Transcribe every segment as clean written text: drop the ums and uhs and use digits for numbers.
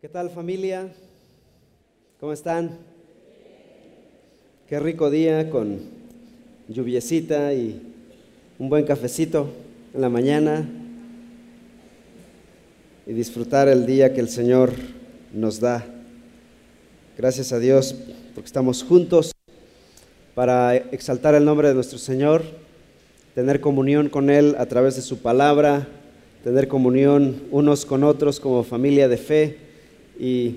¿Qué tal, familia? ¿Cómo están? Qué rico día con lluviecita y un buen cafecito en la mañana y disfrutar el día que el Señor nos da. Gracias a Dios porque estamos juntos para exaltar el nombre de nuestro Señor, tener comunión con Él a través de su palabra, tener comunión unos con otros como familia de fe y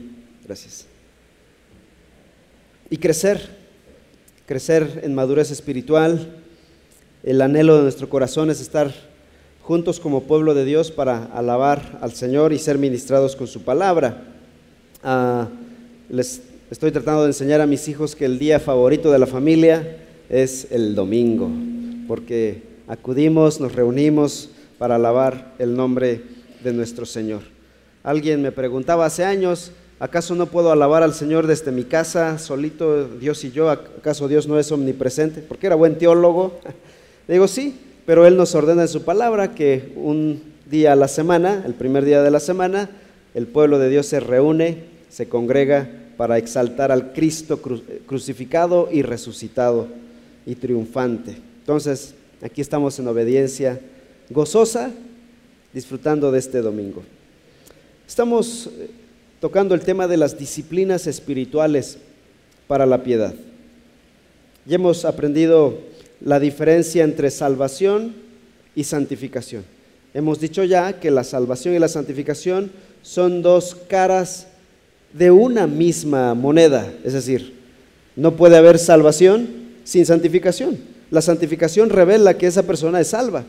crecer en madurez espiritual. El anhelo de nuestro corazón es estar juntos como pueblo de Dios para alabar al Señor y ser ministrados con su palabra. Les estoy tratando de enseñar a mis hijos que el día favorito de la familia es el domingo, porque acudimos, nos reunimos para alabar el nombre de nuestro Señor. Alguien me preguntaba hace años, ¿acaso no puedo alabar al Señor desde mi casa, solito, Dios y yo? ¿Acaso Dios no es omnipresente? Porque era buen teólogo. Le digo, sí, pero Él nos ordena en su palabra que un día a la semana, el primer día de la semana, el pueblo de Dios se reúne, se congrega para exaltar al Cristo crucificado y resucitado y triunfante. Entonces, aquí estamos en obediencia gozosa, disfrutando de este domingo. Estamos tocando el tema de las disciplinas espirituales para la piedad. Ya hemos aprendido la diferencia entre salvación y santificación. Hemos dicho ya que la salvación y la santificación son dos caras de una misma moneda, es decir, no puede haber salvación sin santificación. La santificación revela que esa persona es salva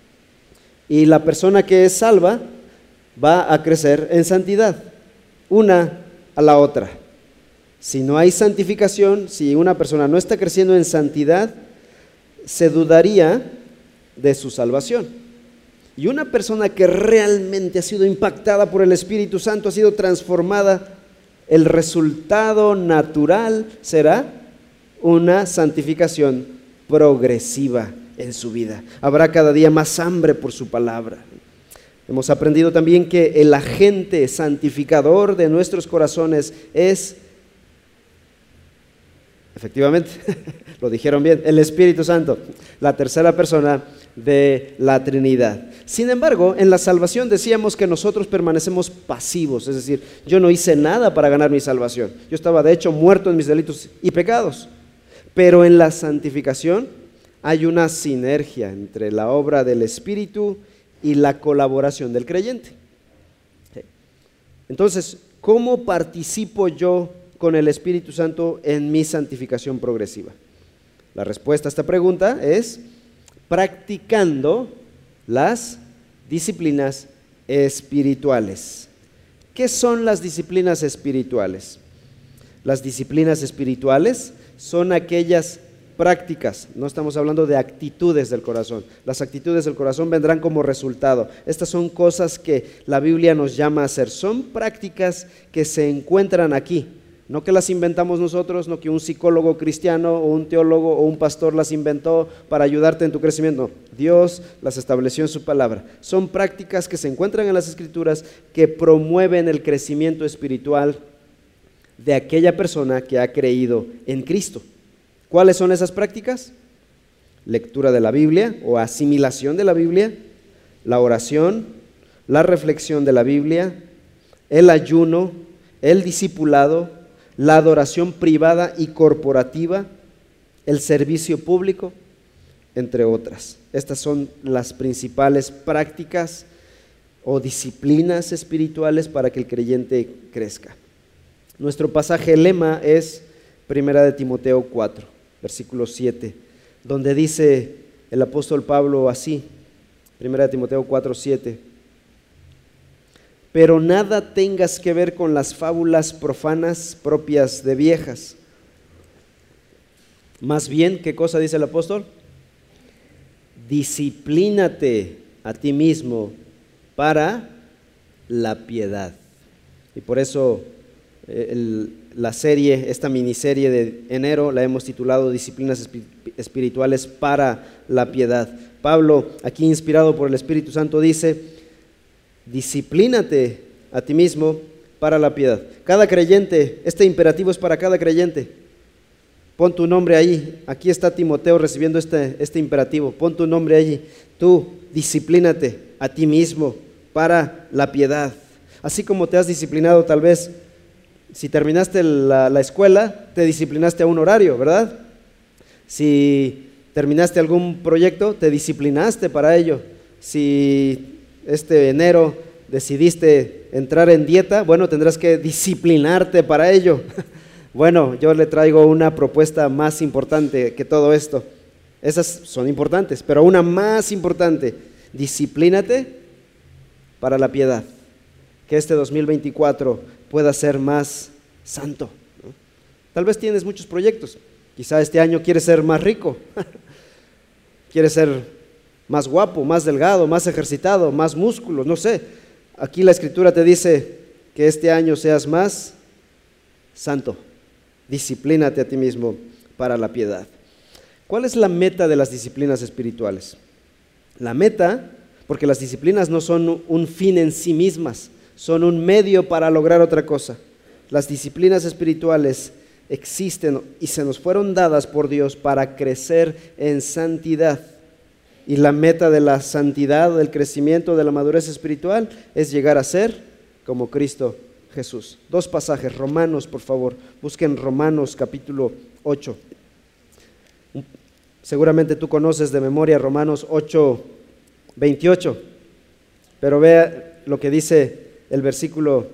y la persona que es salva va a crecer en santidad, una a la otra. Si no hay santificación, si una persona no está creciendo en santidad, se dudaría de su salvación. Y una persona que realmente ha sido impactada por el Espíritu Santo, ha sido transformada, el resultado natural será una santificación progresiva en su vida. Habrá cada día más hambre por su palabra. Hemos aprendido también que el agente santificador de nuestros corazones es, efectivamente, lo dijeron bien, el Espíritu Santo, la tercera persona de la Trinidad. Sin embargo, en la salvación decíamos que nosotros permanecemos pasivos, es decir, yo no hice nada para ganar mi salvación. Yo estaba de hecho muerto en mis delitos y pecados. Pero en la santificación hay una sinergia entre la obra del Espíritu y la colaboración del creyente. Entonces, ¿cómo participo yo con el Espíritu Santo en mi santificación progresiva? La respuesta a esta pregunta es practicando las disciplinas espirituales. ¿Qué son las disciplinas espirituales? Las disciplinas espirituales son aquellas prácticas, no estamos hablando de actitudes del corazón. Las actitudes del corazón vendrán como resultado. Estas son cosas que la Biblia nos llama a hacer. Son prácticas que se encuentran aquí. No que las inventamos nosotros, no que un psicólogo cristiano o un teólogo o un pastor las inventó para ayudarte en tu crecimiento. No, Dios las estableció en su palabra. Son prácticas que se encuentran en las Escrituras que promueven el crecimiento espiritual de aquella persona que ha creído en Cristo. ¿Cuáles son esas prácticas? Lectura de la Biblia o asimilación de la Biblia, la oración, la reflexión de la Biblia, el ayuno, el discipulado, la adoración privada y corporativa, el servicio público, entre otras. Estas son las principales prácticas o disciplinas espirituales para que el creyente crezca. Nuestro pasaje lema es 1 Timoteo 4. Versículo 7, donde dice el apóstol Pablo así, 1 Timoteo 4, 7, pero nada tengas que ver con las fábulas profanas propias de viejas. Más bien, ¿qué cosa dice el apóstol? Disciplínate a ti mismo para la piedad. Y por eso esta miniserie de enero la hemos titulado Disciplinas Espirituales para la Piedad. Pablo, aquí inspirado por el Espíritu Santo, dice: disciplínate a ti mismo para la piedad. Cada creyente, este imperativo es para cada creyente. Pon tu nombre ahí. Aquí está Timoteo recibiendo este imperativo. Pon tu nombre allí. Tú, disciplínate a ti mismo para la piedad. Así como te has disciplinado tal vez, si terminaste la escuela, te disciplinaste a un horario, ¿verdad? Si terminaste algún proyecto, te disciplinaste para ello. Si este enero decidiste entrar en dieta, bueno, tendrás que disciplinarte para ello. Bueno, yo le traigo una propuesta más importante que todo esto. Esas son importantes, pero una más importante: disciplínate para la piedad. Que este 2024 pueda ser más santo, ¿no? Tal vez tienes muchos proyectos. Quizá este año quieres ser más rico, quieres ser más guapo, más delgado, más ejercitado, más músculos, no sé. Aquí la Escritura te dice que este año seas más santo. Disciplínate a ti mismo para la piedad. ¿Cuál es la meta de las disciplinas espirituales? La meta, porque las disciplinas no son un fin en sí mismas, son un medio para lograr otra cosa. Las disciplinas espirituales existen y se nos fueron dadas por Dios para crecer en santidad. Y la meta de la santidad, del crecimiento, de la madurez espiritual es llegar a ser como Cristo Jesús. Dos pasajes, Romanos, por favor, busquen Romanos capítulo 8. Seguramente tú conoces de memoria Romanos 8:28, pero vea lo que dice el versículo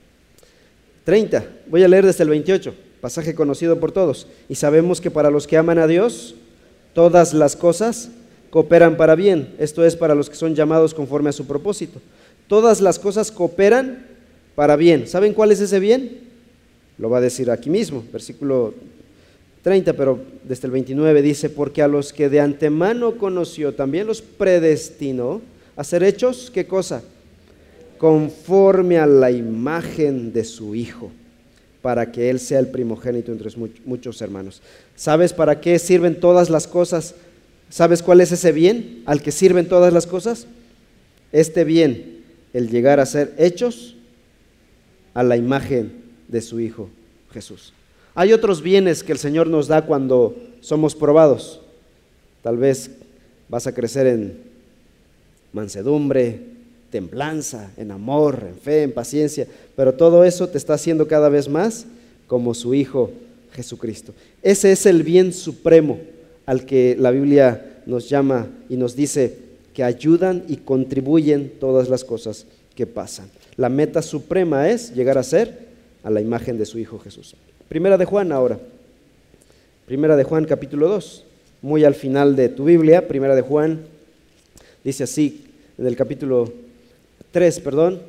30. Voy a leer desde el 28, pasaje conocido por todos. Y sabemos que para los que aman a Dios, todas las cosas cooperan para bien. Esto es, para los que son llamados conforme a su propósito. Todas las cosas cooperan para bien. ¿Saben cuál es ese bien? Lo va a decir aquí mismo, versículo 30, pero desde el 29 dice: porque a los que de antemano conoció, también los predestinó a ser hechos, ¿qué cosa? Conforme a la imagen de su Hijo, para que Él sea el primogénito entre muchos hermanos. ¿Sabes para qué sirven todas las cosas? ¿Sabes cuál es ese bien al que sirven todas las cosas? Este bien, el llegar a ser hechos a la imagen de su Hijo Jesús. Hay otros bienes que el Señor nos da cuando somos probados. Tal vez vas a crecer en mansedumbre, templanza, en amor, en fe, en paciencia, pero todo eso te está haciendo cada vez más como su Hijo Jesucristo. Ese es el bien supremo al que la Biblia nos llama y nos dice que ayudan y contribuyen todas las cosas que pasan. La meta suprema es llegar a ser a la imagen de su Hijo Jesús. Primera de Juan ahora. Primera de Juan capítulo 2. Muy al final de tu Biblia, Primera de Juan, dice así, en el capítulo 3,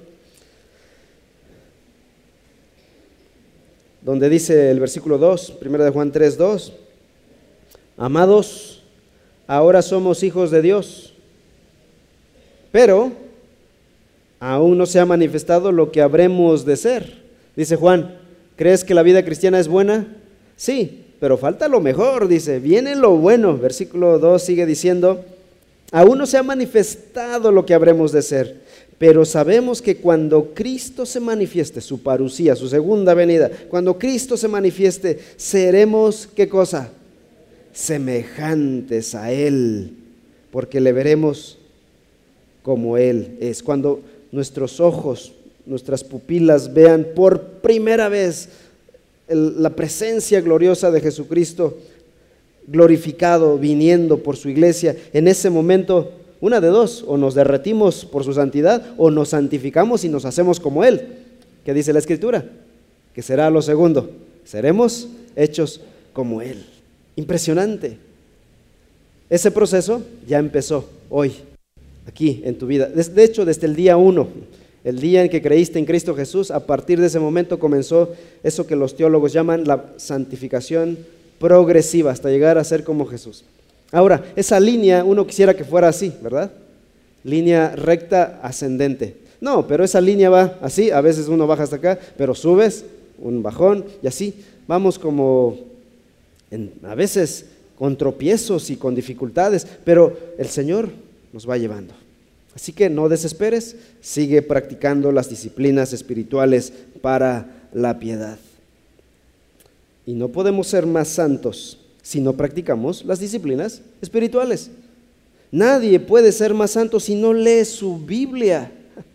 donde dice el versículo 2, Primera de Juan 3, 2. Amados, ahora somos hijos de Dios, pero aún no se ha manifestado lo que habremos de ser. Dice Juan, ¿crees que la vida cristiana es buena? Sí, pero falta lo mejor, dice, viene lo bueno. Versículo 2 sigue diciendo, aún no se ha manifestado lo que habremos de ser, pero sabemos que cuando Cristo se manifieste, su parusía, su segunda venida, cuando Cristo se manifieste, seremos, ¿qué cosa? Semejantes a Él, porque le veremos como Él es. Cuando nuestros ojos, nuestras pupilas vean por primera vez la presencia gloriosa de Jesucristo glorificado, viniendo por su iglesia, en ese momento, una de dos: o nos derretimos por su santidad, o nos santificamos y nos hacemos como Él. ¿Qué dice la Escritura? Que será lo segundo, seremos hechos como Él. Impresionante. Ese proceso ya empezó hoy, aquí en tu vida. De hecho, desde el día 1, el día en que creíste en Cristo Jesús, a partir de ese momento comenzó eso que los teólogos llaman la santificación progresiva, hasta llegar a ser como Jesús. Ahora, esa línea uno quisiera que fuera así, ¿verdad? Línea recta ascendente. No, pero esa línea va así, a veces uno baja hasta acá, pero subes, un bajón, y así vamos como a veces con tropiezos y con dificultades, pero el Señor nos va llevando. Así que no desesperes, sigue practicando las disciplinas espirituales para la piedad. Y no podemos ser más santos si no practicamos las disciplinas espirituales. Nadie puede ser más santo si no lee su Biblia.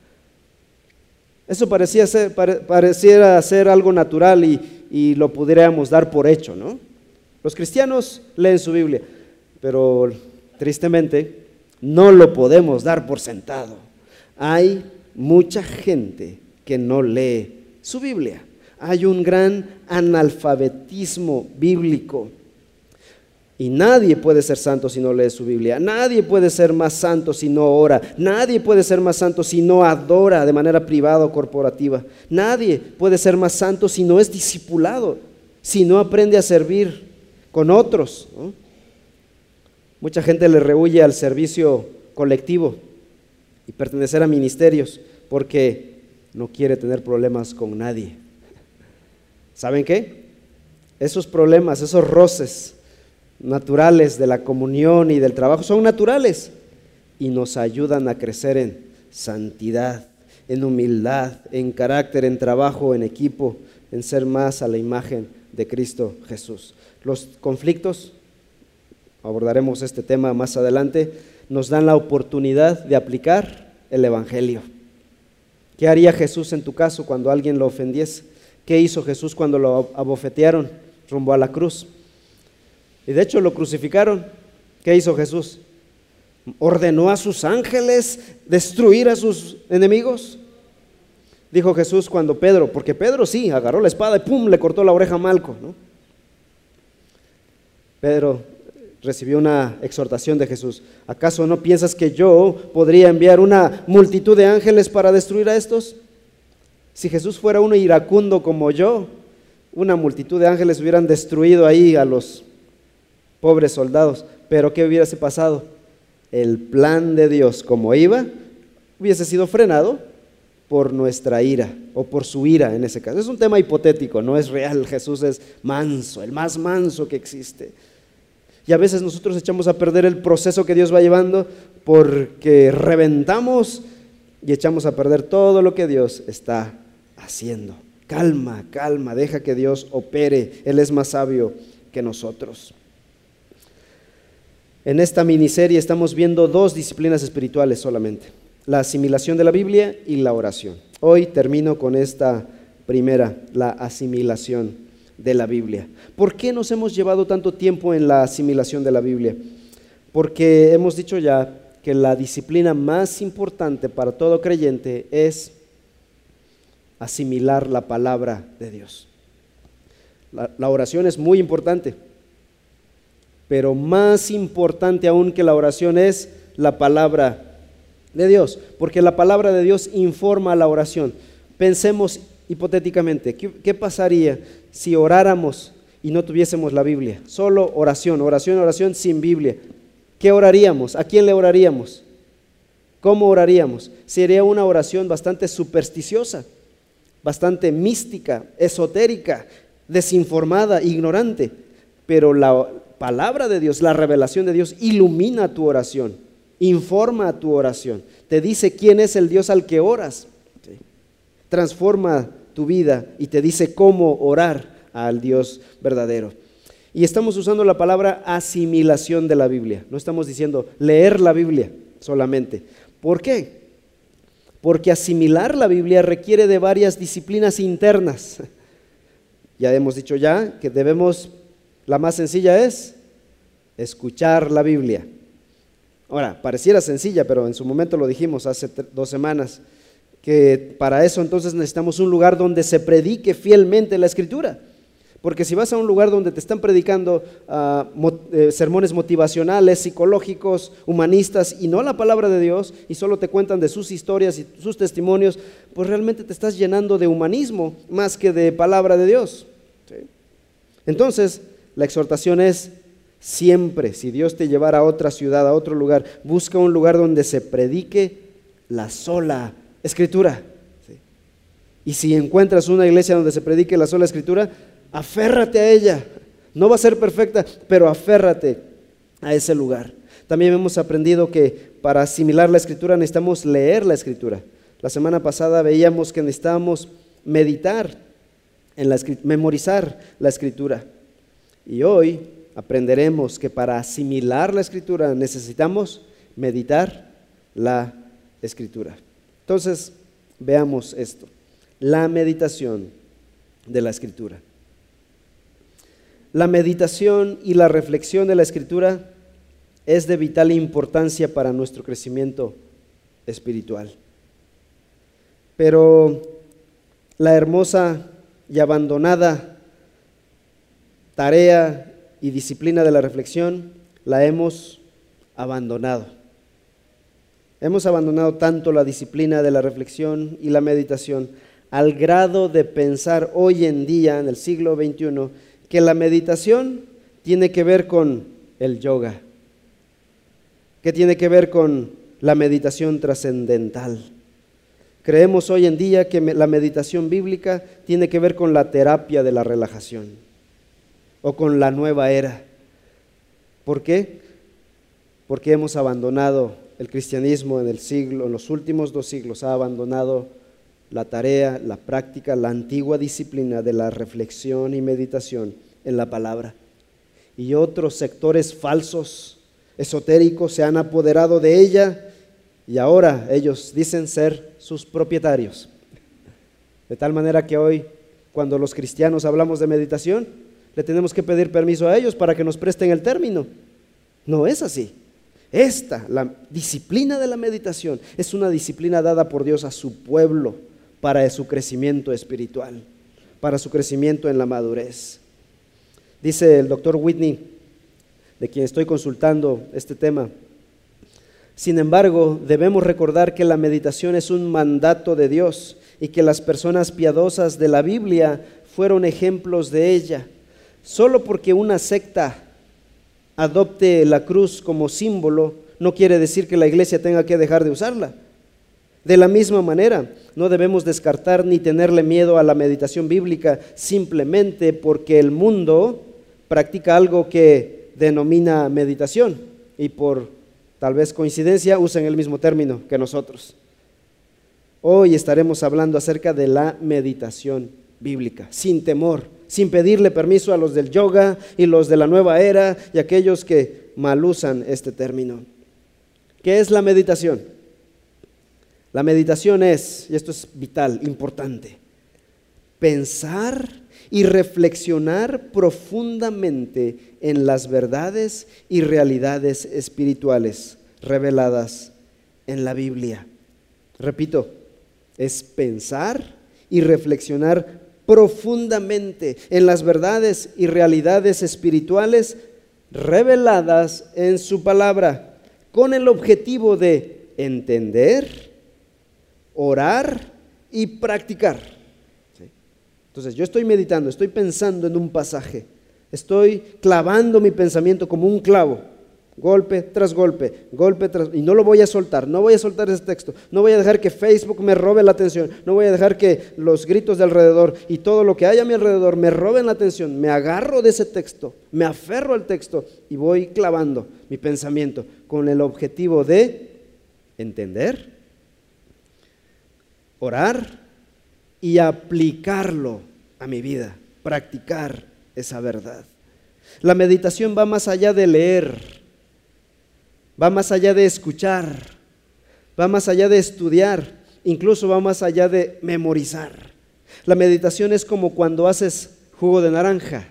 Eso pareciera ser algo natural y lo pudiéramos dar por hecho, ¿no? Los cristianos leen su Biblia, pero tristemente no lo podemos dar por sentado. Hay mucha gente que no lee su Biblia. Hay un gran analfabetismo bíblico. Y nadie puede ser santo si no lee su Biblia. Nadie puede ser más santo si no ora. Nadie puede ser más santo si no adora de manera privada o corporativa. Nadie puede ser más santo si no es discipulado, si no aprende a servir con otros, ¿no? Mucha gente le rehúye al servicio colectivo y pertenecer a ministerios porque no quiere tener problemas con nadie. ¿Saben qué? Esos problemas, esos roces naturales de la comunión y del trabajo son naturales y nos ayudan a crecer en santidad, en humildad, en carácter, en trabajo, en equipo, en ser más a la imagen de Cristo Jesús. Los conflictos, abordaremos este tema más adelante, nos dan la oportunidad de aplicar el Evangelio. ¿Qué haría Jesús en tu caso cuando alguien lo ofendiese? ¿Qué hizo Jesús cuando lo abofetearon rumbo a la cruz? Y de hecho lo crucificaron. ¿Qué hizo Jesús? ¿Ordenó a sus ángeles destruir a sus enemigos? Dijo Jesús cuando Pedro, porque Pedro sí, agarró la espada y ¡pum!, le cortó la oreja a Malco, ¿no? Pedro recibió una exhortación de Jesús. ¿Acaso no piensas que yo podría enviar una multitud de ángeles para destruir a estos? Si Jesús fuera uno iracundo como yo, una multitud de ángeles hubieran destruido ahí a los pobres soldados. Pero ¿qué hubiese pasado? El plan de Dios, como iba, hubiese sido frenado por nuestra ira, o por su ira en ese caso. Es un tema hipotético, no es real. Jesús es manso, el más manso que existe. Y a veces nosotros echamos a perder el proceso que Dios va llevando porque reventamos y echamos a perder todo lo que Dios está haciendo. Calma, calma, deja que Dios opere. Él es más sabio que nosotros. En esta miniserie estamos viendo dos disciplinas espirituales solamente: la asimilación de la Biblia y la oración. Hoy termino con esta primera, la asimilación de la Biblia. ¿Por qué nos hemos llevado tanto tiempo en la asimilación de la Biblia? Porque hemos dicho ya que la disciplina más importante para todo creyente es asimilar la palabra de Dios. La oración es muy importante, pero más importante aún que la oración es la palabra de Dios, porque la palabra de Dios informa a la oración. Pensemos hipotéticamente, ¿qué pasaría si oráramos y no tuviésemos la Biblia? Solo oración, oración, oración sin Biblia. ¿Qué oraríamos? ¿A quién le oraríamos? ¿Cómo oraríamos? Sería una oración bastante supersticiosa, bastante mística, esotérica, desinformada, ignorante. Pero la palabra de Dios, la revelación de Dios ilumina tu oración, informa tu oración, te dice quién es el Dios al que oras, ¿sí? Transforma tu vida y te dice cómo orar al Dios verdadero. Y estamos usando la palabra asimilación de la Biblia, no estamos diciendo leer la Biblia solamente. ¿Por qué? Porque asimilar la Biblia requiere de varias disciplinas internas. Ya hemos dicho ya que la más sencilla es escuchar la Biblia. Ahora, pareciera sencilla, pero en su momento lo dijimos hace 2 semanas, que para eso entonces necesitamos un lugar donde se predique fielmente la Escritura. Porque si vas a un lugar donde te están predicando sermones motivacionales, psicológicos, humanistas, y no la palabra de Dios, y solo te cuentan de sus historias y sus testimonios, pues realmente te estás llenando de humanismo más que de palabra de Dios, ¿sí? Entonces, la exhortación es siempre, si Dios te llevara a otra ciudad, a otro lugar, busca un lugar donde se predique la sola Escritura, ¿sí? Y si encuentras una iglesia donde se predique la sola Escritura, aférrate a ella. No va a ser perfecta, pero aférrate a ese lugar. También hemos aprendido que para asimilar la Escritura necesitamos leer la Escritura. La semana pasada veíamos que necesitábamos meditar en memorizar la Escritura. Y hoy aprenderemos que para asimilar la Escritura necesitamos meditar la Escritura. Entonces, veamos esto, la meditación de la Escritura. La meditación y la reflexión de la Escritura es de vital importancia para nuestro crecimiento espiritual. Pero la hermosa y abandonada tarea y disciplina de la reflexión la hemos abandonado. Hemos abandonado tanto la disciplina de la reflexión y la meditación al grado de pensar hoy en día, en el siglo XXI, que la meditación tiene que ver con el yoga, que tiene que ver con la meditación trascendental. Creemos hoy en día que la meditación bíblica tiene que ver con la terapia de la relajación o con la nueva era. ¿Por qué? Porque hemos abandonado el cristianismo en los últimos 2 siglos, ha abandonado la tarea, la práctica, la antigua disciplina de la reflexión y meditación en la palabra. Y otros sectores falsos, esotéricos, se han apoderado de ella y ahora ellos dicen ser sus propietarios. De tal manera que hoy, cuando los cristianos hablamos de meditación, le tenemos que pedir permiso a ellos para que nos presten el término. No es así. La disciplina de la meditación es una disciplina dada por Dios a su pueblo para su crecimiento espiritual, para su crecimiento en la madurez. Dice el doctor Whitney, de quien estoy consultando este tema: sin embargo, debemos recordar que la meditación es un mandato de Dios y que las personas piadosas de la Biblia fueron ejemplos de ella. Solo porque una secta adopte la cruz como símbolo, no quiere decir que la iglesia tenga que dejar de usarla. De la misma manera, no debemos descartar ni tenerle miedo a la meditación bíblica simplemente porque el mundo practica algo que denomina meditación y por tal vez coincidencia usan el mismo término que nosotros. Hoy estaremos hablando acerca de la meditación bíblica, sin temor, sin pedirle permiso a los del yoga y los de la nueva era y aquellos que mal usan este término. ¿Qué es la meditación? La meditación es, y esto es vital, importante, pensar y reflexionar profundamente en las verdades y realidades espirituales reveladas en la Biblia. Repito, es pensar y reflexionar profundamente en las verdades y realidades espirituales reveladas en su palabra, con el objetivo de entender, orar y practicar. ¿Sí? Entonces yo estoy meditando, estoy pensando en un pasaje, estoy clavando mi pensamiento como un clavo, golpe tras golpe, y no lo voy a soltar, no voy a soltar ese texto, no voy a dejar que Facebook me robe la atención, no voy a dejar que los gritos de alrededor y todo lo que hay a mi alrededor me roben la atención. Me agarro de ese texto, me aferro al texto y voy clavando mi pensamiento con el objetivo de entender, orar y aplicarlo a mi vida, practicar esa verdad. La meditación va más allá de leer, va más allá de escuchar, va más allá de estudiar, incluso va más allá de memorizar. La meditación es como cuando haces jugo de naranja.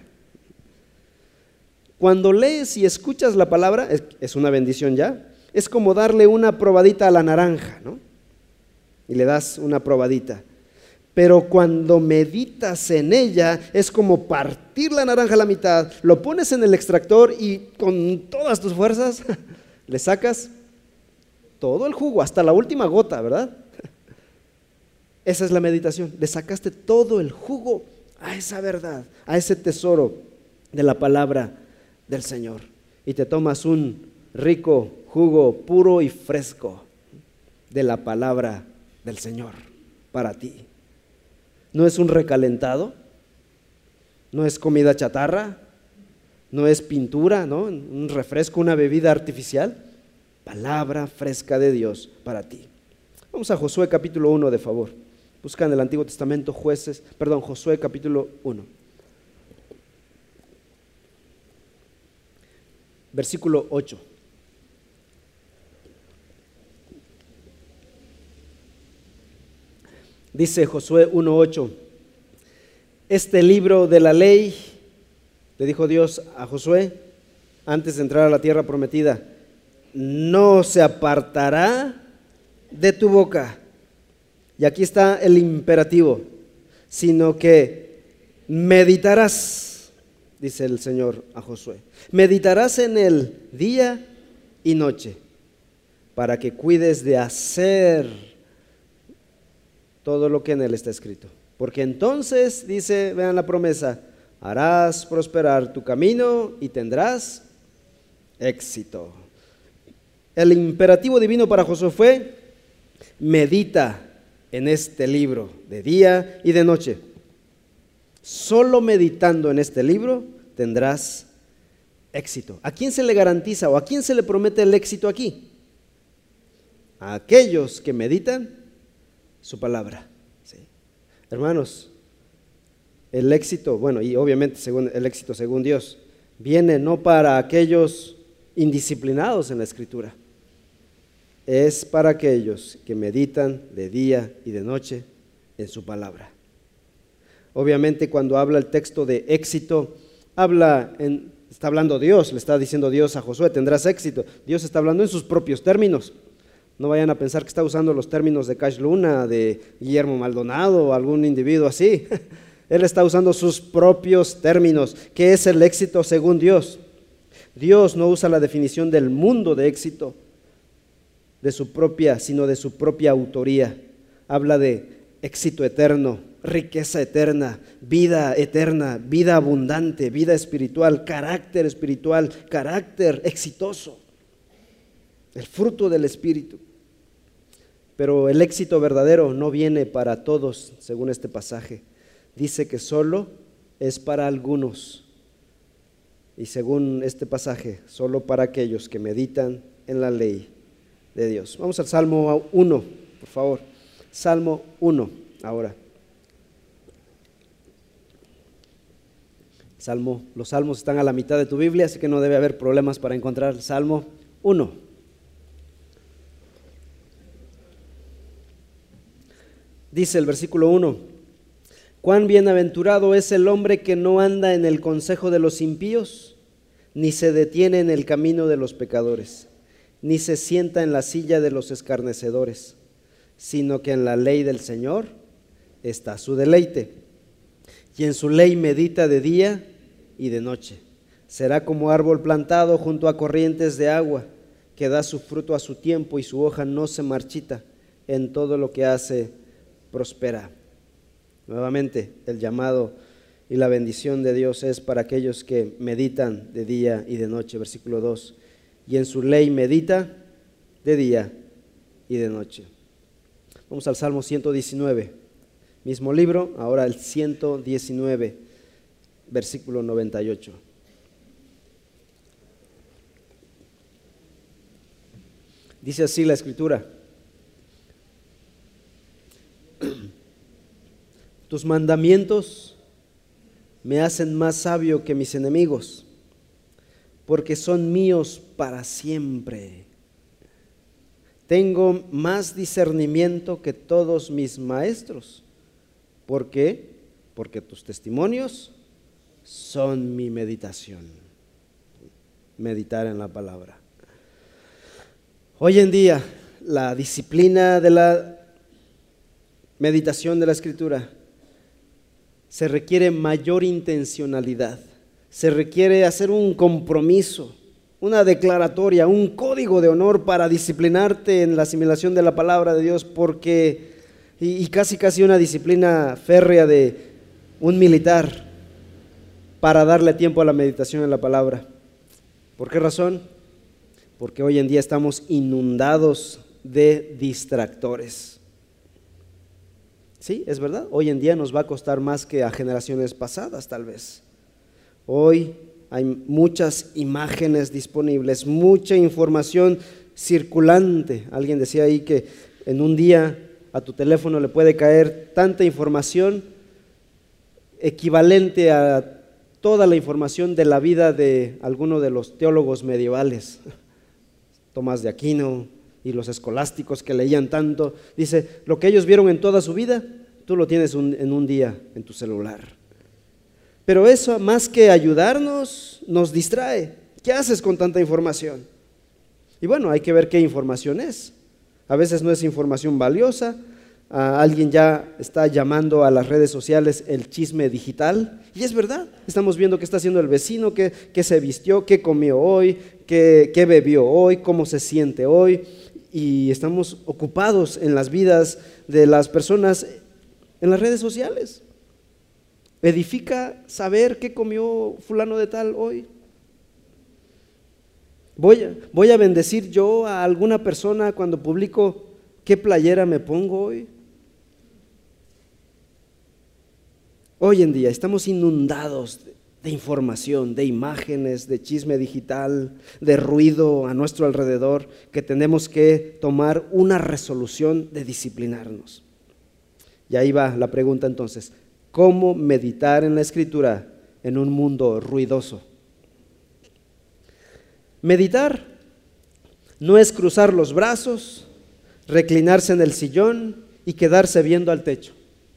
Cuando lees y escuchas la palabra, es una bendición ya, es como darle una probadita a la naranja, ¿no? Y le das una probadita. Pero cuando meditas en ella, es como partir la naranja a la mitad, lo pones en el extractor y con todas tus fuerzas le sacas todo el jugo, hasta la última gota, ¿verdad? Esa es la meditación. Le sacaste todo el jugo a esa verdad, a ese tesoro de la palabra del Señor. Y te tomas un rico jugo puro y fresco de la palabra del Señor para ti. No es un recalentado, no es comida chatarra, no es pintura, ¿no? Un refresco, una bebida artificial. palabra fresca de Dios para ti. Vamos a Josué capítulo 1, de favor. Busca en el Antiguo Testamento Josué capítulo 1. Versículo 8. Dice Josué 1:8, este libro de la ley, le dijo Dios a Josué antes de entrar a la tierra prometida, no se apartará de tu boca. Y aquí está el imperativo, sino que meditarás, dice el Señor a Josué, meditarás en él día y noche, para que cuides de hacer todo lo que en él está escrito. Porque entonces, dice, vean la promesa, harás prosperar tu camino y tendrás éxito. El imperativo divino para Josué fue, medita en este libro de día y de noche. Solo meditando en este libro tendrás éxito. ¿A quién se le garantiza o a quién se le promete el éxito aquí? A aquellos que meditan su palabra. ¿Sí? Hermanos, el éxito, bueno, y obviamente el éxito según Dios, viene no para aquellos indisciplinados en la Escritura, es para aquellos que meditan de día y de noche en su palabra. Obviamente cuando habla el texto de éxito, está hablando Dios, le está diciendo Dios a Josué, tendrás éxito. Dios está hablando en sus propios términos. No vayan a pensar que está usando los términos de Cash Luna, de Guillermo Maldonado o algún individuo así. Él está usando sus propios términos. ¿Qué es el éxito según Dios? Dios no usa la definición del mundo de éxito sino de su propia autoría. Habla de éxito eterno, riqueza eterna, vida abundante, vida espiritual, carácter exitoso, el fruto del Espíritu. Pero el éxito verdadero no viene para todos, según este pasaje. Dice que solo es para algunos. Y según este pasaje, solo para aquellos que meditan en la ley de Dios. Vamos al Salmo 1, por favor. Salmo 1, ahora. Los salmos están a la mitad de tu Biblia, así que no debe haber problemas para encontrar el Salmo 1. Dice el versículo 1, cuán bienaventurado es el hombre que no anda en el consejo de los impíos, ni se detiene en el camino de los pecadores, ni se sienta en la silla de los escarnecedores, sino que en la ley del Señor está su deleite, y en su ley medita de día y de noche. Será como árbol plantado junto a corrientes de agua, que da su fruto a su tiempo y su hoja no se marchita, en todo lo que hace prospera. Nuevamente, el llamado y la bendición de Dios es para aquellos que meditan de día y de noche. Versículo 2, y en su ley medita de día y de noche. Vamos al Salmo 119, mismo libro, ahora el 119, versículo 98. Dice así la Escritura: tus mandamientos me hacen más sabio que mis enemigos, porque son míos para siempre. Tengo más discernimiento que todos mis maestros. ¿Por qué? Porque tus testimonios son mi meditación. Meditar en la palabra. Hoy en día, la disciplina de la meditación de la Escritura se requiere mayor intencionalidad, se requiere hacer un compromiso, una declaratoria, un código de honor para disciplinarte en la asimilación de la palabra de Dios, porque, y casi una disciplina férrea de un militar para darle tiempo a la meditación en la palabra. ¿Por qué razón? Porque hoy en día estamos inundados de distractores. Sí, es verdad, hoy en día nos va a costar más que a generaciones pasadas tal vez. Hoy hay muchas imágenes disponibles, mucha información circulante. Alguien decía ahí que en un día a tu teléfono le puede caer tanta información equivalente a toda la información de la vida de alguno de los teólogos medievales, Tomás de Aquino y los escolásticos que leían tanto. Dice, lo que ellos vieron en toda su vida, tú lo tienes en un día en tu celular. Pero eso, más que ayudarnos, nos distrae. ¿Qué haces con tanta información? Y bueno, hay que ver qué información es. A veces no es información valiosa. Alguien ya está llamando a las redes sociales el chisme digital, y es verdad, estamos viendo qué está haciendo el vecino, qué se vistió, qué comió hoy, qué bebió hoy, cómo se siente hoy, y estamos ocupados en las vidas de las personas en las redes sociales. ¿Edifica saber qué comió fulano de tal hoy? ¿Voy a bendecir yo a alguna persona cuando publico qué playera me pongo hoy? Hoy en día estamos inundados de información, de imágenes, de chisme digital, de ruido a nuestro alrededor, que tenemos que tomar una resolución de disciplinarnos. Y ahí va la pregunta entonces, ¿cómo meditar en la Escritura en un mundo ruidoso? Meditar no es cruzar los brazos, reclinarse en el sillón y quedarse viendo al techo,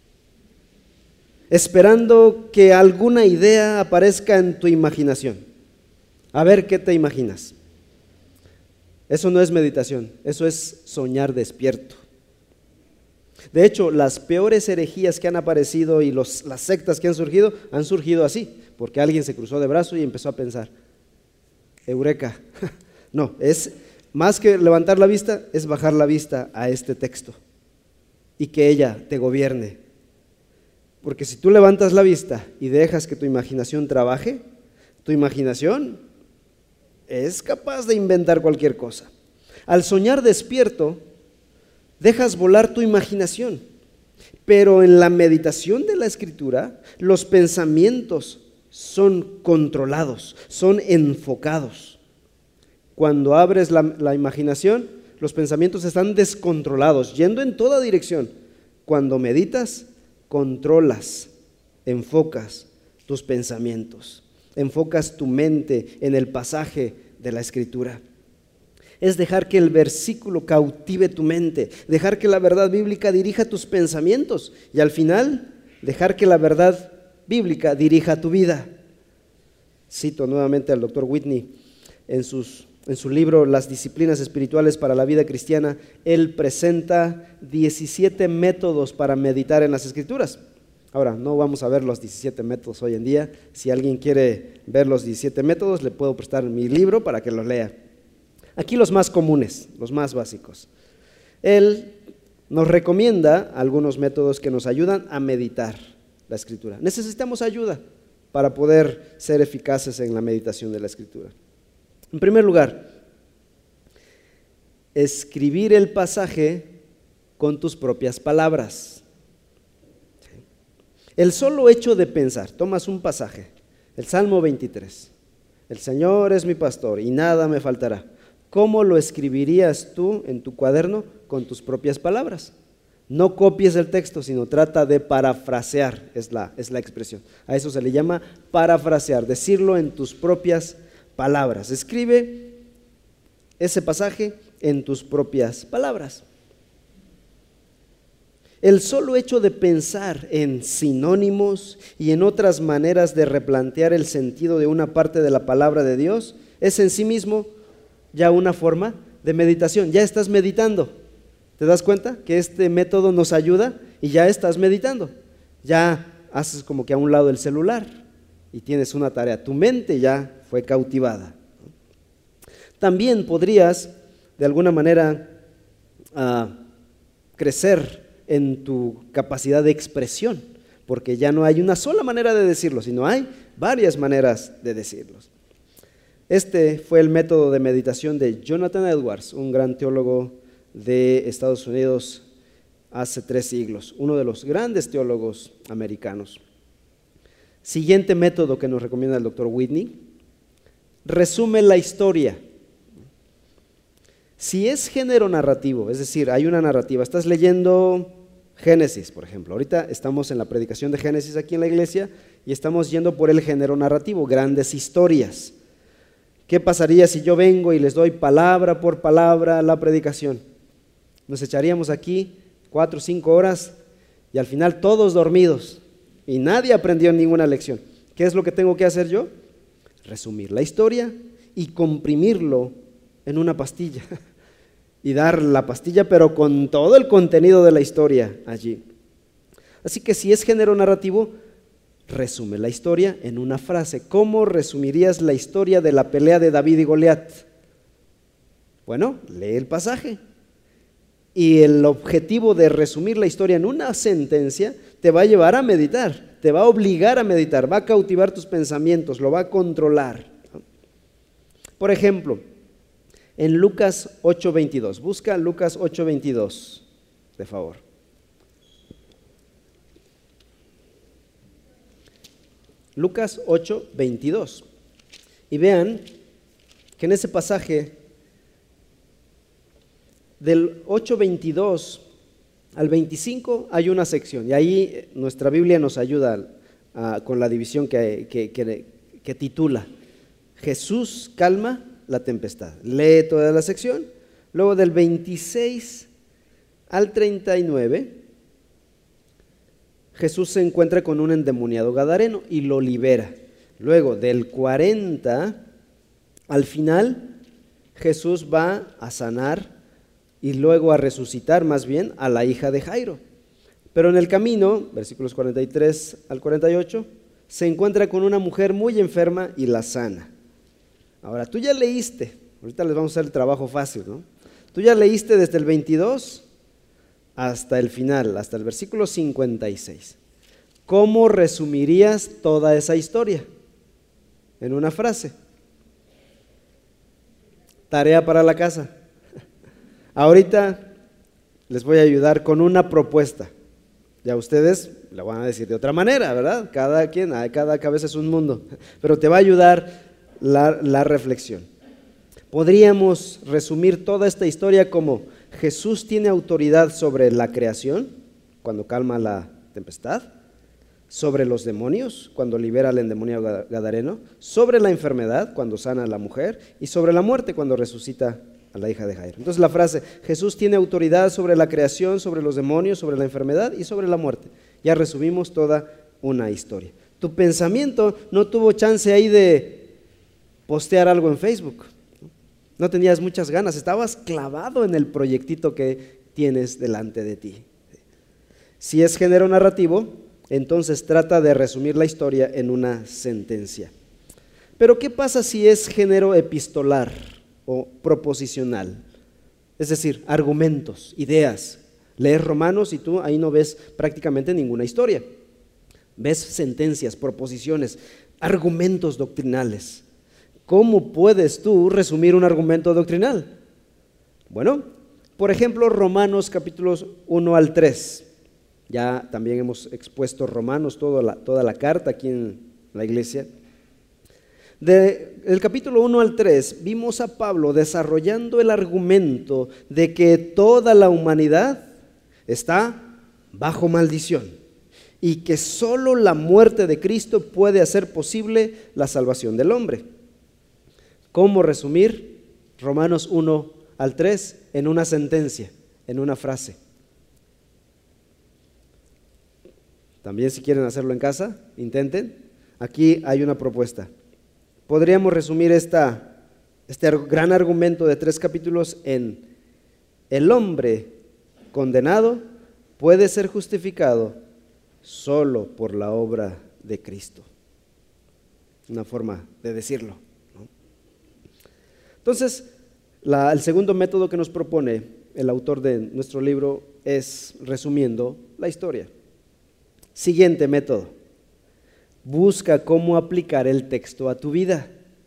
esperando que alguna idea aparezca en tu imaginación. A ver qué te imaginas. Eso no es meditación, eso es soñar despierto. De hecho, las peores herejías que han aparecido y las sectas que han surgido así, porque alguien se cruzó de brazo y empezó a pensar, eureka. No, es más que levantar la vista, es bajar la vista a este texto y que ella te gobierne. Porque si tú levantas la vista y dejas que tu imaginación trabaje, tu imaginación es capaz de inventar cualquier cosa. Al soñar despierto, dejas volar tu imaginación, pero en la meditación de la Escritura, los pensamientos son controlados, son enfocados. Cuando abres la imaginación, los pensamientos están descontrolados, yendo en toda dirección. Cuando meditas, controlas, enfocas tus pensamientos, enfocas tu mente en el pasaje de la Escritura. Es dejar que el versículo cautive tu mente, dejar que la verdad bíblica dirija tus pensamientos y al final dejar que la verdad bíblica dirija tu vida. Cito nuevamente al Dr. Whitney en su libro Las disciplinas espirituales para la vida cristiana. Él presenta 17 métodos para meditar en las Escrituras. Ahora, no vamos a ver los 17 métodos hoy en día. Si alguien quiere ver los 17 métodos, le puedo prestar mi libro para que los lea. Aquí los más comunes, los más básicos. Él nos recomienda algunos métodos que nos ayudan a meditar la Escritura. Necesitamos ayuda para poder ser eficaces en la meditación de la Escritura. En primer lugar, escribir el pasaje con tus propias palabras. El solo hecho de pensar, tomas un pasaje, el Salmo 23, el Señor es mi pastor y nada me faltará. ¿Cómo lo escribirías tú en tu cuaderno? Con tus propias palabras. No copies el texto, sino trata de parafrasear, es la expresión. A eso se le llama parafrasear, decirlo en tus propias palabras. Escribe ese pasaje en tus propias palabras. El solo hecho de pensar en sinónimos y en otras maneras de replantear el sentido de una parte de la palabra de Dios es en sí mismo ya una forma de meditación. Ya estás meditando. ¿Te das cuenta que este método nos ayuda y ya estás meditando? Ya haces como que a un lado el celular y tienes una tarea. Tu mente ya fue cautivada. También podrías de alguna manera crecer en tu capacidad de expresión, porque ya no hay una sola manera de decirlo, sino hay varias maneras de decirlos. Este fue el método de meditación de Jonathan Edwards, un gran teólogo de Estados Unidos hace 3 siglos, uno de los grandes teólogos americanos. Siguiente método que nos recomienda el Dr. Whitney: resume la historia. Si es género narrativo, es decir, hay una narrativa, estás leyendo Génesis, por ejemplo. Ahorita estamos en la predicación de Génesis aquí en la iglesia y estamos yendo por el género narrativo, grandes historias. ¿Qué pasaría si yo vengo y les doy palabra por palabra la predicación? Nos echaríamos aquí 4 o 5 horas y al final todos dormidos y nadie aprendió ninguna lección. ¿Qué es lo que tengo que hacer yo? Resumir la historia y comprimirlo en una pastilla y dar la pastilla pero con todo el contenido de la historia allí. Así que si es género narrativo, resume la historia en una frase. ¿Cómo resumirías la historia de la pelea de David y Goliat? Bueno, lee el pasaje. Y el objetivo de resumir la historia en una sentencia te va a llevar a meditar, te va a obligar a meditar, va a cautivar tus pensamientos, lo va a controlar. Por ejemplo, en Lucas 8:22, busca Lucas 8:22, de favor. Lucas 8:22. Y vean que en ese pasaje del 8:22 al 25 hay una sección y ahí nuestra Biblia nos ayuda con la división que titula Jesús calma la tempestad. Lee toda la sección. Luego del 26 al 39 Jesús se encuentra con un endemoniado gadareno y lo libera. Luego del 40 al final Jesús va a sanar y luego a resucitar más bien a la hija de Jairo. Pero en el camino, versículos 43 al 48, se encuentra con una mujer muy enferma y la sana. Ahora, tú ya leíste, ahorita les vamos a hacer el trabajo fácil, ¿no? Tú ya leíste desde el 22 hasta el final, hasta el versículo 56. ¿Cómo resumirías toda esa historia? En una frase. Tarea para la casa. Ahorita les voy a ayudar con una propuesta. Ya ustedes la van a decir de otra manera, ¿verdad? Cada cabeza es un mundo. Pero te va a ayudar la reflexión. Podríamos resumir toda esta historia como Jesús tiene autoridad sobre la creación, cuando calma la tempestad, sobre los demonios, cuando libera al endemoniado gadareno, sobre la enfermedad, cuando sana a la mujer, y sobre la muerte, cuando resucita a la hija de Jairo. Entonces la frase, Jesús tiene autoridad sobre la creación, sobre los demonios, sobre la enfermedad y sobre la muerte. Ya resumimos toda una historia. Tu pensamiento no tuvo chance ahí de postear algo en Facebook. No tenías muchas ganas, estabas clavado en el proyectito que tienes delante de ti. Si es género narrativo, entonces trata de resumir la historia en una sentencia. Pero ¿qué pasa si es género epistolar o proposicional? Es decir, argumentos, ideas. Lees Romanos y tú ahí no ves prácticamente ninguna historia. Ves sentencias, proposiciones, argumentos doctrinales. ¿Cómo puedes tú resumir un argumento doctrinal? Bueno, por ejemplo, Romanos capítulos 1 al 3. Ya también hemos expuesto Romanos, toda la carta aquí en la iglesia. Del capítulo 1 al 3 vimos a Pablo desarrollando el argumento de que toda la humanidad está bajo maldición y que solo la muerte de Cristo puede hacer posible la salvación del hombre. ¿Cómo resumir Romanos 1 al 3 en una sentencia, en una frase? También si quieren hacerlo en casa, intenten. Aquí hay una propuesta. Podríamos resumir este gran argumento de 3 capítulos en: el hombre condenado puede ser justificado solo por la obra de Cristo. Una forma de decirlo, ¿no? Entonces, el segundo método que nos propone el autor de nuestro libro es resumiendo la historia. Siguiente método: busca cómo aplicar el texto a tu vida.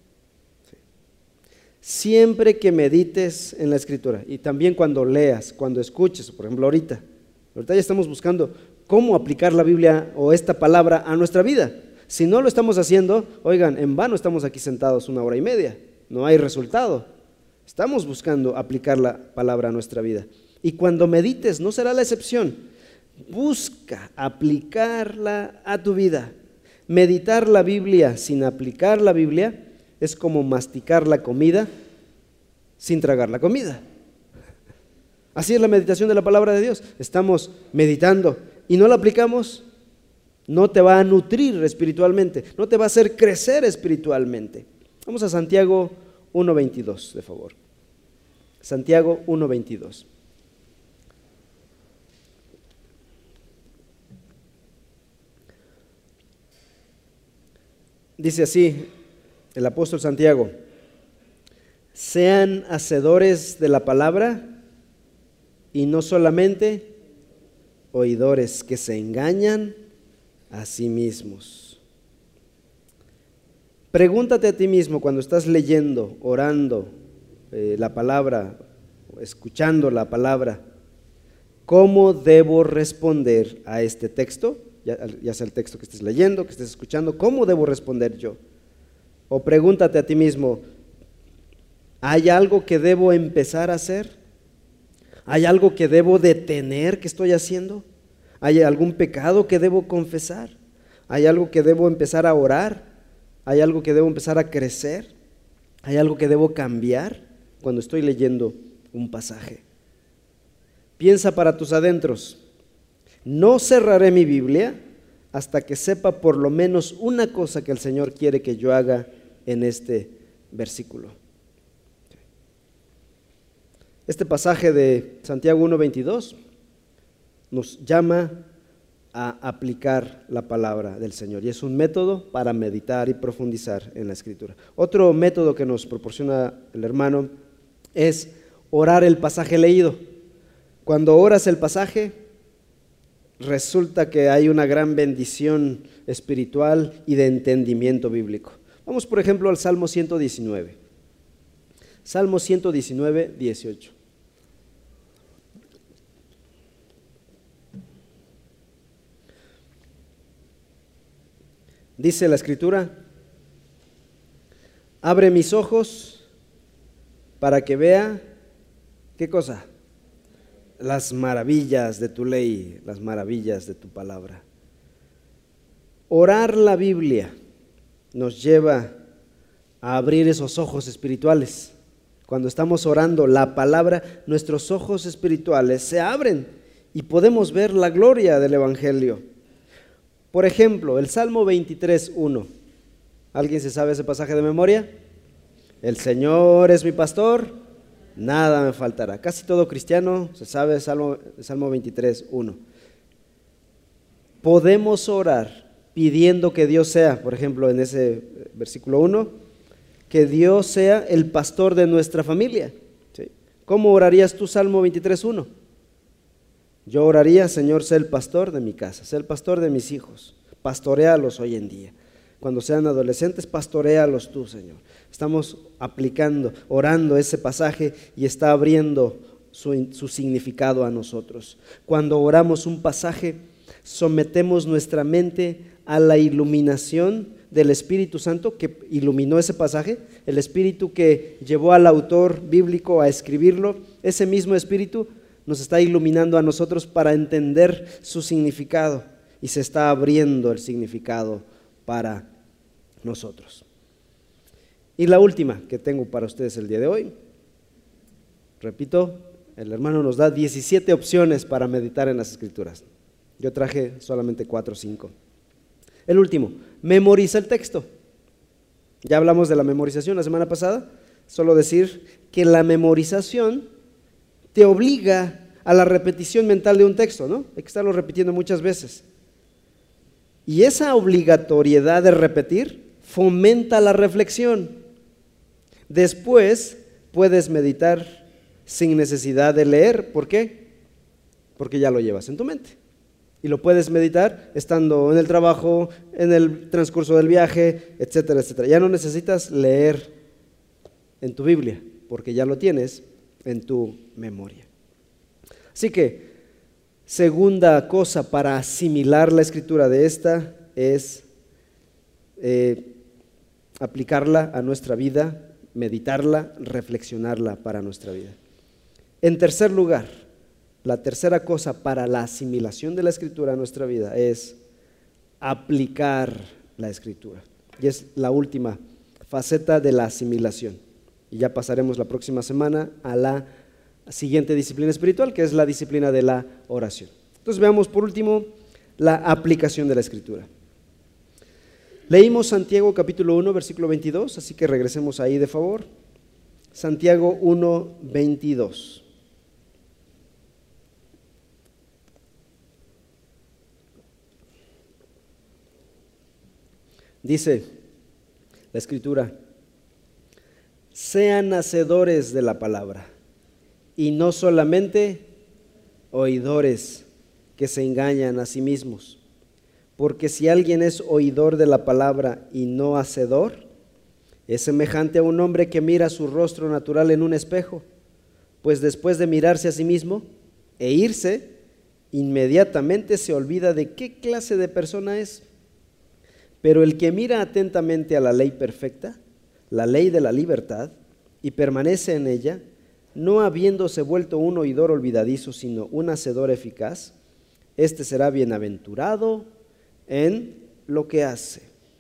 Siempre que medites en la Escritura y también cuando leas, cuando escuches, por ejemplo ahorita ya estamos buscando cómo aplicar la Biblia o esta palabra a nuestra vida. Si no lo estamos haciendo, oigan, en vano estamos aquí sentados 1 hora y media, no hay resultado. Estamos buscando aplicar la palabra a nuestra vida. Y cuando medites, no será la excepción. Busca aplicarla a tu vida. Meditar la Biblia sin aplicar la Biblia es como masticar la comida sin tragar la comida. Así es la meditación de la palabra de Dios. Estamos meditando y no la aplicamos, no te va a nutrir espiritualmente, no te va a hacer crecer espiritualmente. Vamos a Santiago 1:22, de favor. Santiago 1:22. Dice así el apóstol Santiago: sean hacedores de la palabra y no solamente oidores que se engañan a sí mismos. Pregúntate a ti mismo cuando estás leyendo, orando la palabra, escuchando la palabra, ¿cómo debo responder a este texto? Ya sea el texto que estés leyendo, que estés escuchando, ¿cómo debo responder yo? O pregúntate a ti mismo, ¿hay algo que debo empezar a hacer? ¿Hay algo que debo detener que estoy haciendo? ¿Hay algún pecado que debo confesar? ¿Hay algo que debo empezar a orar? ¿Hay algo que debo empezar a crecer? ¿Hay algo que debo cambiar cuando estoy leyendo un pasaje? Piensa para tus adentros. No cerraré mi Biblia hasta que sepa por lo menos una cosa que el Señor quiere que yo haga en este versículo. Este pasaje de Santiago 1:22 nos llama a aplicar la palabra del Señor y es un método para meditar y profundizar en la Escritura. Otro método que nos proporciona el hermano es orar el pasaje leído. Cuando oras el pasaje, resulta que hay una gran bendición espiritual y de entendimiento bíblico. Vamos, por ejemplo, al Salmo 119. Salmo 119, 18. Dice la Escritura: abre mis ojos para que vea, ¿qué cosa? Las maravillas de tu ley, las maravillas de tu palabra. Orar la Biblia nos lleva a abrir esos ojos espirituales. Cuando estamos orando la palabra, nuestros ojos espirituales se abren y podemos ver la gloria del Evangelio. Por ejemplo, el Salmo 23:1. ¿Alguien se sabe ese pasaje de memoria? El Señor es mi pastor, nada me faltará. Casi todo cristiano se sabe el Salmo 23:1. Podemos orar pidiendo que Dios sea, por ejemplo, en ese versículo 1, que Dios sea el pastor de nuestra familia. ¿Sí? ¿Cómo orarías tú Salmo 23:1? Yo oraría: Señor, sé el pastor de mi casa, sé el pastor de mis hijos, pastoréalos hoy en día. Cuando sean adolescentes, pastoréalos tú, Señor. Estamos aplicando, orando ese pasaje y está abriendo su significado a nosotros. Cuando oramos un pasaje, sometemos nuestra mente a la iluminación del Espíritu Santo que iluminó ese pasaje, el Espíritu que llevó al autor bíblico a escribirlo. Ese mismo Espíritu nos está iluminando a nosotros para entender su significado y se está abriendo el significado para nosotros. Y la última que tengo para ustedes el día de hoy, repito, el hermano nos da 17 opciones para meditar en las Escrituras. Yo traje solamente 4 o 5. El último, memoriza el texto. Ya hablamos de la memorización la semana pasada. Solo decir que la memorización te obliga a la repetición mental de un texto, ¿no? Hay que estarlo repitiendo muchas veces. Y esa obligatoriedad de repetir fomenta la reflexión. Después puedes meditar sin necesidad de leer. ¿Por qué? Porque ya lo llevas en tu mente. Y lo puedes meditar estando en el trabajo, en el transcurso del viaje, etcétera, etcétera. Ya no necesitas leer en tu Biblia, porque ya lo tienes en tu memoria. Así que, segunda cosa para asimilar la Escritura de esta es aplicarla a nuestra vida meditarla, reflexionarla para nuestra vida. En tercer lugar, la tercera cosa para la asimilación de la Escritura a nuestra vida es aplicar la Escritura. Y es la última faceta de la asimilación. Y ya pasaremos la próxima semana a la siguiente disciplina espiritual, que es la disciplina de la oración. Entonces veamos por último la aplicación de la Escritura. Leímos Santiago capítulo 1, versículo 22, así que regresemos ahí de favor. Santiago 1, 22. Dice la Escritura: sean hacedores de la palabra y no solamente oidores que se engañan a sí mismos. Porque si alguien es oidor de la palabra y no hacedor, es semejante a un hombre que mira su rostro natural en un espejo, pues después de mirarse a sí mismo e irse, inmediatamente se olvida de qué clase de persona es. Pero el que mira atentamente a la ley perfecta, la ley de la libertad, y permanece en ella, no habiéndose vuelto un oidor olvidadizo, sino un hacedor eficaz, este será bienaventurado en lo que hace.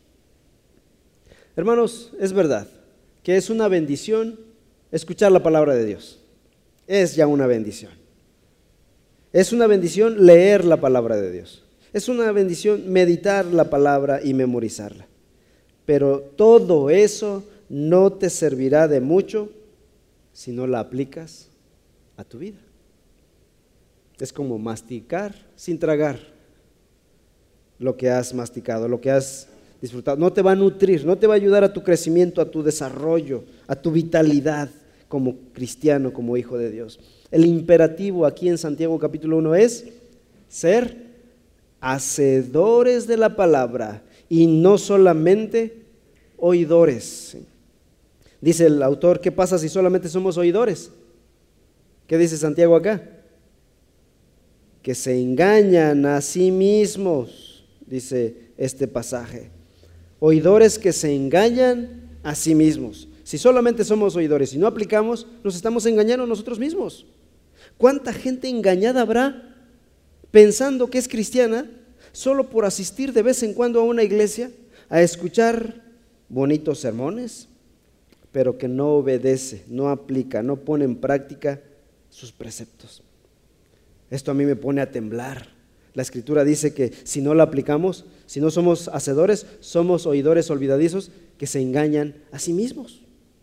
Hermanos, es verdad que es una bendición escuchar la palabra de Dios. Es ya una bendición. Es una bendición leer la palabra de Dios. Es una bendición meditar la palabra y memorizarla. Pero todo eso no te servirá de mucho si no la aplicas a tu vida. Es como masticar sin tragar lo que has masticado, lo que has disfrutado. No te va a nutrir, no te va a ayudar a tu crecimiento, a tu desarrollo, a tu vitalidad como cristiano, como hijo de Dios. El imperativo aquí en Santiago capítulo 1 es ser hacedores de la palabra y no solamente oidores. Dice el autor, ¿qué pasa si solamente somos oidores? ¿Qué dice Santiago acá? Que se engañan a sí mismos, dice este pasaje. Oidores que se engañan a sí mismos. Si solamente somos oidores y no aplicamos, nos estamos engañando a nosotros mismos. ¿Cuánta gente engañada habrá pensando que es cristiana solo por asistir de vez en cuando a una iglesia, a escuchar bonitos sermones, pero que no obedece, no aplica, no pone en práctica sus preceptos? Esto a mí me pone a temblar. La Escritura dice que si no la aplicamos, si no somos hacedores, somos oidores olvidadizos que se engañan a sí mismos.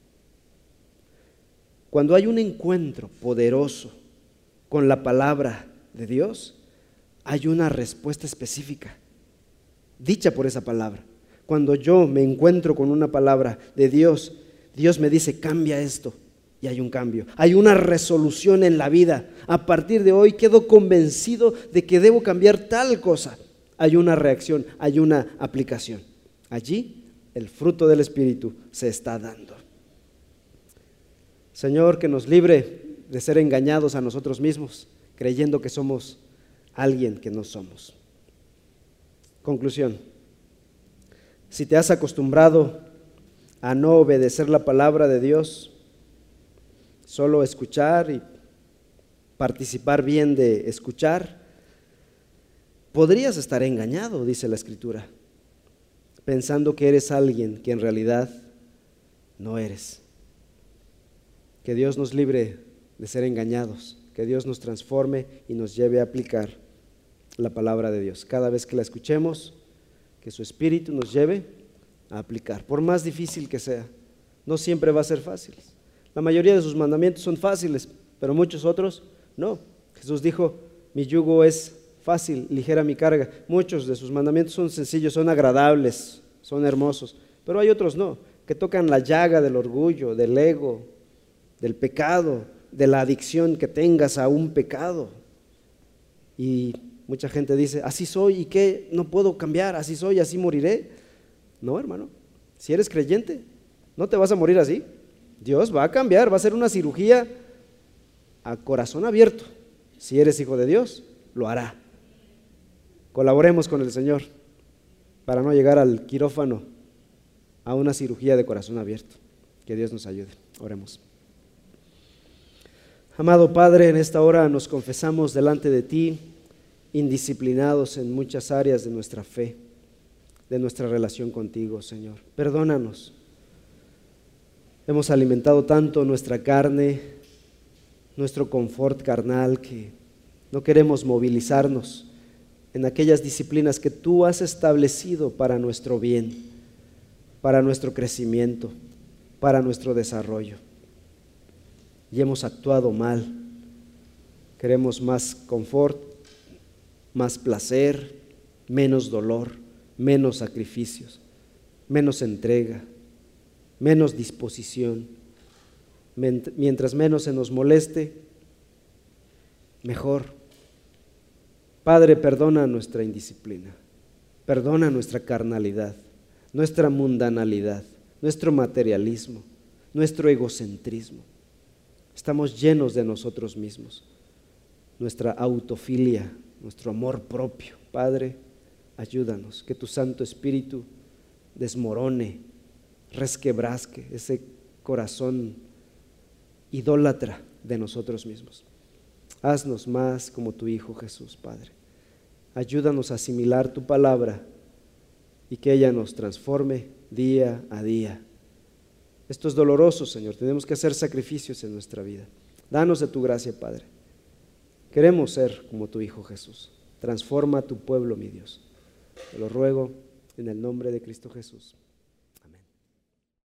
Cuando hay un encuentro poderoso con la palabra de Dios, hay una respuesta específica, dicha por esa palabra. Cuando yo me encuentro con una palabra de Dios, Dios me dice, cambia esto, y hay un cambio. Hay una resolución en la vida. A partir de hoy quedo convencido de que debo cambiar tal cosa. Hay una reacción, hay una aplicación. Allí el fruto del Espíritu se está dando. Señor, que nos libre de ser engañados a nosotros mismos, creyendo que somos alguien que no somos. Conclusión: si te has acostumbrado a no obedecer la palabra de Dios, solo escuchar y participar bien de escuchar, podrías estar engañado, dice la Escritura, pensando que eres alguien que en realidad no eres. Que Dios nos libre de ser engañados, que Dios nos transforme y nos lleve a aplicar la palabra de Dios. Cada vez que la escuchemos, que su Espíritu nos lleve a aplicar, por más difícil que sea. No siempre va a ser fácil. La mayoría de sus mandamientos son fáciles, pero muchos otros no. Jesús dijo, mi yugo es fácil, ligera mi carga. Muchos de sus mandamientos son sencillos, son agradables, son hermosos, pero hay otros no, que tocan la llaga del orgullo, del ego, del pecado, de la adicción que tengas a un pecado. Y mucha gente dice, así soy, ¿y qué? No puedo cambiar, así soy, así moriré. No, hermano, si eres creyente, no te vas a morir así. Dios va a cambiar, va a hacer una cirugía a corazón abierto. Si eres hijo de Dios, lo hará. Colaboremos con el Señor para no llegar al quirófano a una cirugía de corazón abierto. Que Dios nos ayude. Oremos. Amado Padre, en esta hora nos confesamos delante de ti, indisciplinados en muchas áreas de nuestra fe, de nuestra relación contigo, Señor. Perdónanos. Hemos alimentado tanto nuestra carne, nuestro confort carnal, que no queremos movilizarnos en aquellas disciplinas que tú has establecido para nuestro bien, para nuestro crecimiento, para nuestro desarrollo. Y hemos actuado mal. Queremos más confort, más placer, menos dolor, menos sacrificios, menos entrega, menos disposición. Mientras menos se nos moleste, mejor. Padre, perdona nuestra indisciplina, perdona nuestra carnalidad, nuestra mundanalidad, nuestro materialismo, nuestro egocentrismo. Estamos llenos de nosotros mismos, nuestra autofilia, nuestro amor propio. Padre, ayúdanos, que tu Santo Espíritu desmorone, resquebrasque ese corazón idólatra de nosotros mismos. Haznos más como tu Hijo Jesús, Padre. Ayúdanos a asimilar tu palabra y que ella nos transforme día a día. Esto es doloroso, Señor. Tenemos que hacer sacrificios en nuestra vida. Danos de tu gracia, Padre. Queremos ser como tu Hijo Jesús. Transforma a tu pueblo, mi Dios. Te lo ruego en el nombre de Cristo Jesús.